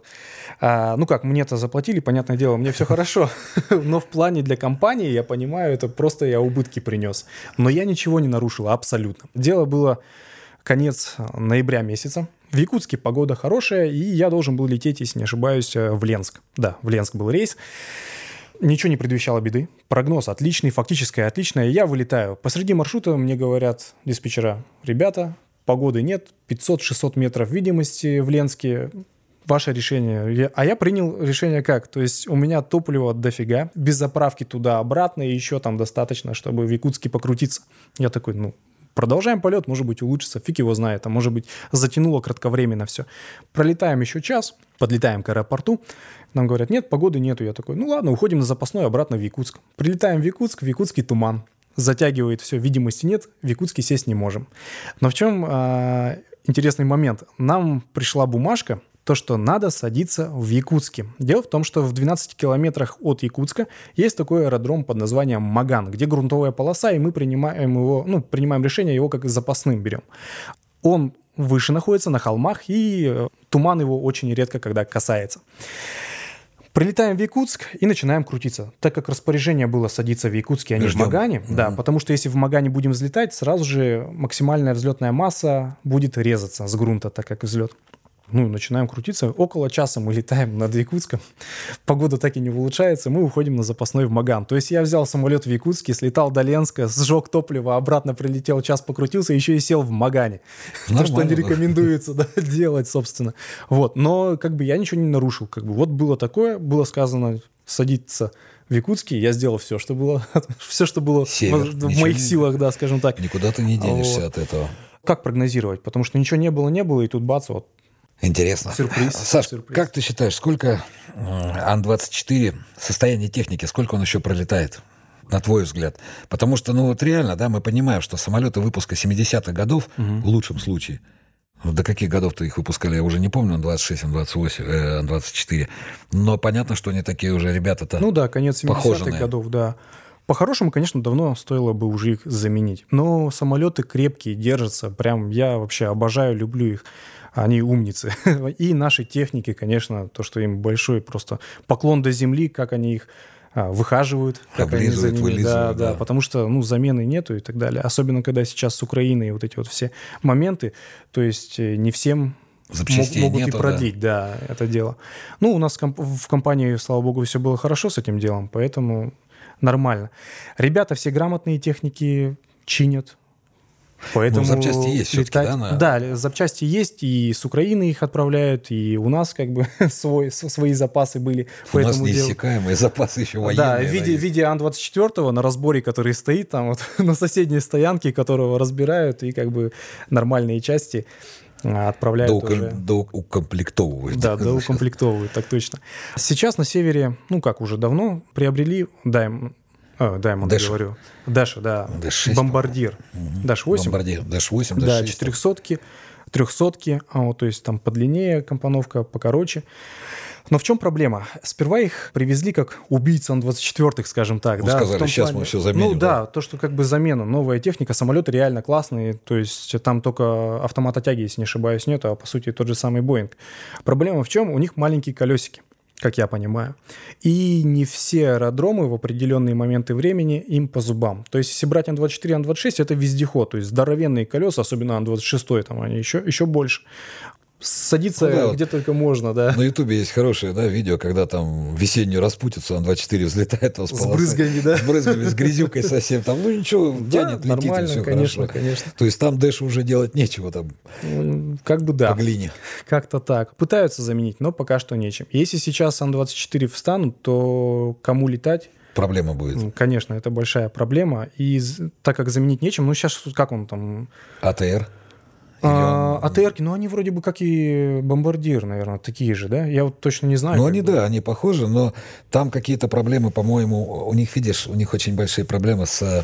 Мне-то заплатили, понятное дело, мне все хорошо. Но в плане для компании, я понимаю, это просто я убытки принес. Но я ничего не нарушил, абсолютно. Дело было конец ноября месяца. В Якутске погода хорошая, и я должен был лететь, если не ошибаюсь, в Ленск. Да, в Ленск был рейс. Ничего не предвещало беды. Прогноз отличный, фактическое отличное. Я вылетаю. Посреди маршрута мне говорят диспетчера, ребята, погоды нет, 500-600 метров видимости в Ленске. Ваше решение. А я принял решение как? То есть у меня топлива дофига, без заправки туда-обратно, и еще там достаточно, чтобы в Якутске покрутиться. Я такой, продолжаем полет, может быть, улучшится, фиг его знает, а может быть, затянуло кратковременно все. Пролетаем еще час, подлетаем к аэропорту, нам говорят, нет, погоды нету. Я такой, ладно, уходим на запасной обратно в Якутск. Прилетаем в Якутске туман. Затягивает все, видимости нет, в Якутске сесть не можем. Но в чем интересный момент? Нам пришла бумажка, то, что надо садиться в Якутске. Дело в том, что в 12 километрах от Якутска есть такой аэродром под названием Маган, где грунтовая полоса, и мы принимаем решение, его как запасным берем. Он выше находится, на холмах, и туман его очень редко когда касается. Прилетаем в Якутск и начинаем крутиться. Так как распоряжение было садиться в Якутске, а не в Магане, потому что если в Магане будем взлетать, сразу же максимальная взлетная масса будет резаться с грунта, так как взлет. Начинаем крутиться. Около часа мы летаем над Якутском. Погода так и не улучшается. Мы уходим на запасной в Маган. То есть я взял самолет в Якутске, слетал до Ленска, сжег топливо, обратно прилетел, час покрутился, еще и сел в Магане. То, что не рекомендуется делать, собственно. Но я ничего не нарушил. Было такое, было сказано садиться в Якутске. Я сделал все, что было в моих силах, скажем так. Никуда ты не денешься от этого. Как прогнозировать? Потому что ничего не было, и тут бац, Интересно. Сюрприз. Саш, Сюрприз. как ты считаешь, сколько Ан-24, состояние техники, сколько он еще пролетает, на твой взгляд? Потому что, вот реально, да, мы понимаем, что самолеты выпуска 70-х годов, в лучшем случае, до каких годов-то их выпускали, я уже не помню, Ан-26, Ан-28, Ан-24, но понятно, что они такие уже ребята-то конец 70-х годов, да. По-хорошему, конечно, давно стоило бы уже их заменить. Но самолеты крепкие, держатся. Прям я вообще обожаю, люблю их. Они умницы. И наши техники, конечно, то, что им большой просто поклон до земли, как они их выхаживают, как они за ними. Да, потому что замены нету и так далее. Особенно, когда сейчас с Украиной вот эти вот все моменты. То есть не всем могут нету, и продлить, это дело. У нас в компании, слава богу, все было хорошо с этим делом, поэтому нормально. Ребята все грамотные, техники чинят. Поэтому запчасти есть все-таки, да? Да, запчасти есть, и с Украины их отправляют, и у нас как бы свои запасы были. У нас неиссякаемые запасы еще военные. Да, в виде Ан-24 на разборе, который стоит там вот на соседней стоянке, которого разбирают, и как бы нормальные части отправляют уже. Доукомплектовывают. Да, доукомплектовывают, так точно. Сейчас на севере, уже давно приобрели Даймонд, говорю. Дэша, да. Дэш-6. Бомбардир. Дэш-8. Бомбардир. Дэш-8, Дэш-6. Да, 400-ки, 300-ки. То есть там подлиннее компоновка, покороче. Но в чем проблема? Сперва их привезли как убийц Ан-24, скажем так. Сказали, сейчас мы все заменим. То, что как бы замена, новая техника, самолеты реально классные, то есть там только автомата тяги, если не ошибаюсь, нету, а по сути тот же самый Боинг. Проблема в чем? У них маленькие колесики, как я понимаю. И не все аэродромы в определенные моменты времени им по зубам. То есть, если брать Ан-24, Ан-26, это вездеход. То есть, здоровенные колеса, особенно Ан-26, там они еще больше. Садиться где только можно, да. На Ютубе есть хорошее видео, когда там весеннюю распутицу Ан-24 взлетает. С брызгами, да? С брызгами, с грязюкой совсем. Там, ничего, тянет, летит, нормально, и все конечно, хорошо. конечно. То есть, там Дэшу уже делать нечего там. Как бы да. По глине. Как-то так. Пытаются заменить, но пока что нечем. Если сейчас Ан-24 встанут, то кому летать? Проблема будет. Конечно, это большая проблема. И так как заменить нечем, сейчас как он там... АТР? АТР-ки, они вроде бы как и бомбардир, наверное, такие же, да? Я вот точно не знаю. Они похожи, но там какие-то проблемы, по-моему, у них, видишь, у них очень большие проблемы с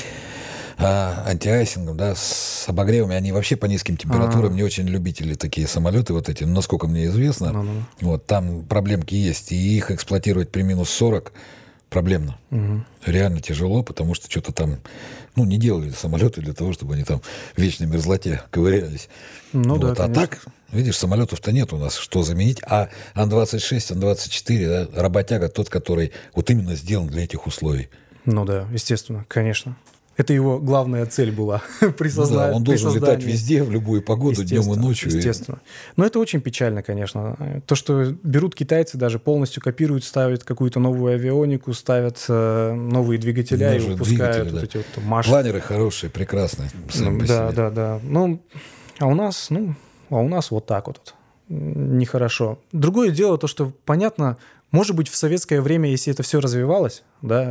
антиайсингом, с обогревами. Они вообще по низким температурам не очень любители такие самолеты вот эти, насколько мне известно. Вот, там проблемки есть, и их эксплуатировать при минус 40 проблемно. Реально тяжело, потому что что-то там, не делали самолеты для того, чтобы они там в вечной мерзлоте ковырялись. А так, видишь, самолетов-то нет у нас, что заменить. А Ан-26, Ан-24, работяга тот, который вот именно сделан для этих условий. Естественно, конечно. Это его главная цель была при создании. Он должен летать везде, в любую погоду, днем и ночью. Естественно. Но это очень печально, конечно. То, что берут китайцы, даже полностью копируют, ставят какую-то новую авионику, ставят новые двигателя и выпускают вот эти вот машины. Планеры хорошие, прекрасные. Да. А у нас вот так вот. Нехорошо. Другое дело то, что понятно, может быть, в советское время, если это все развивалось,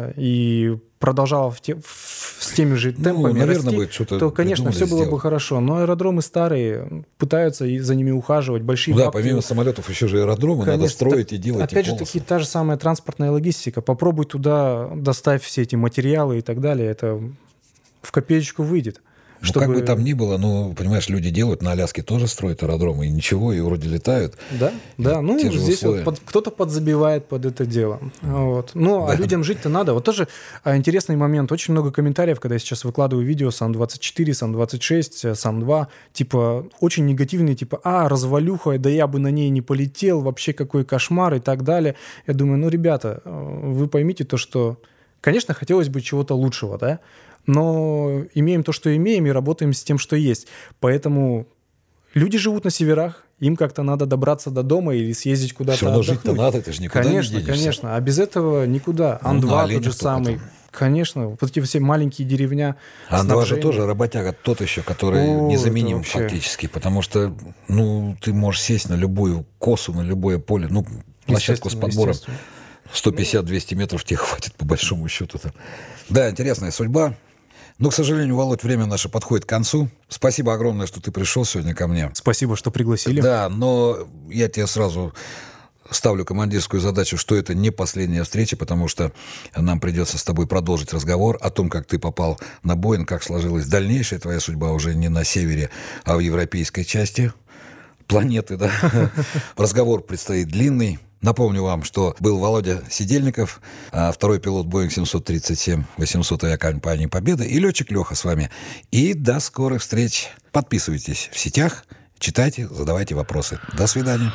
и продолжало с теми же темпами расти, то, конечно, все было бы хорошо. Но аэродромы старые, пытаются за ними ухаживать, большие бабки. Помимо самолетов еще же аэродромы надо строить и делать. Опять же таки, та же самая транспортная логистика. Попробуй туда доставь все эти материалы и так далее. Это в копеечку выйдет. Как бы там ни было, понимаешь, люди делают, на Аляске тоже строят аэродромы, и ничего, и вроде летают. Да. Здесь кто-то подзабивает под это дело. А людям жить-то надо. Вот тоже интересный момент. Очень много комментариев, когда я сейчас выкладываю видео с Ан-24, с Ан-26, с Ан-2, очень негативные, развалюха, да я бы на ней не полетел, вообще какой кошмар и так далее. Я думаю, ребята, вы поймите то, что, конечно, хотелось бы чего-то лучшего, да, но имеем то, что имеем, и работаем с тем, что есть. Поэтому люди живут на северах, им как-то надо добраться до дома или съездить куда-то. Все равно жить-то надо, ты же никуда не денешься. Конечно. А без этого никуда. Ан-2 тот же самый. Потом. Конечно. Вот эти все маленькие деревня. Ан-2 же тоже работяга тот еще, который незаменим фактически. Потому что ты можешь сесть на любую косу, на любое поле. Площадку с подбором. 150-200 метров тебе хватит, по большому счету. Да, интересная судьба. Но, к сожалению, Володь, время наше подходит к концу. Спасибо огромное, что ты пришел сегодня ко мне. Спасибо, что пригласили. Да, но я тебе сразу ставлю командирскую задачу, что это не последняя встреча, потому что нам придется с тобой продолжить разговор о том, как ты попал на Боинг, как сложилась дальнейшая твоя судьба уже не на севере, а в европейской части планеты, да. Разговор предстоит длинный. Напомню вам, что был Володя Сидельников, второй пилот Боинг 737-800 авиакомпании «Победа», и летчик Леха с вами. И до скорых встреч. Подписывайтесь в сетях, читайте, задавайте вопросы. До свидания.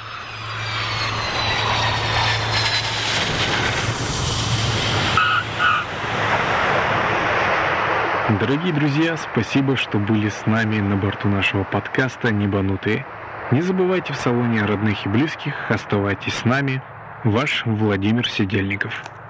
Дорогие друзья, спасибо, что были с нами на борту нашего подкаста «Небанутые». Не забывайте в салоне о родных и близких, оставайтесь с нами. Ваш Владимир Сидельников.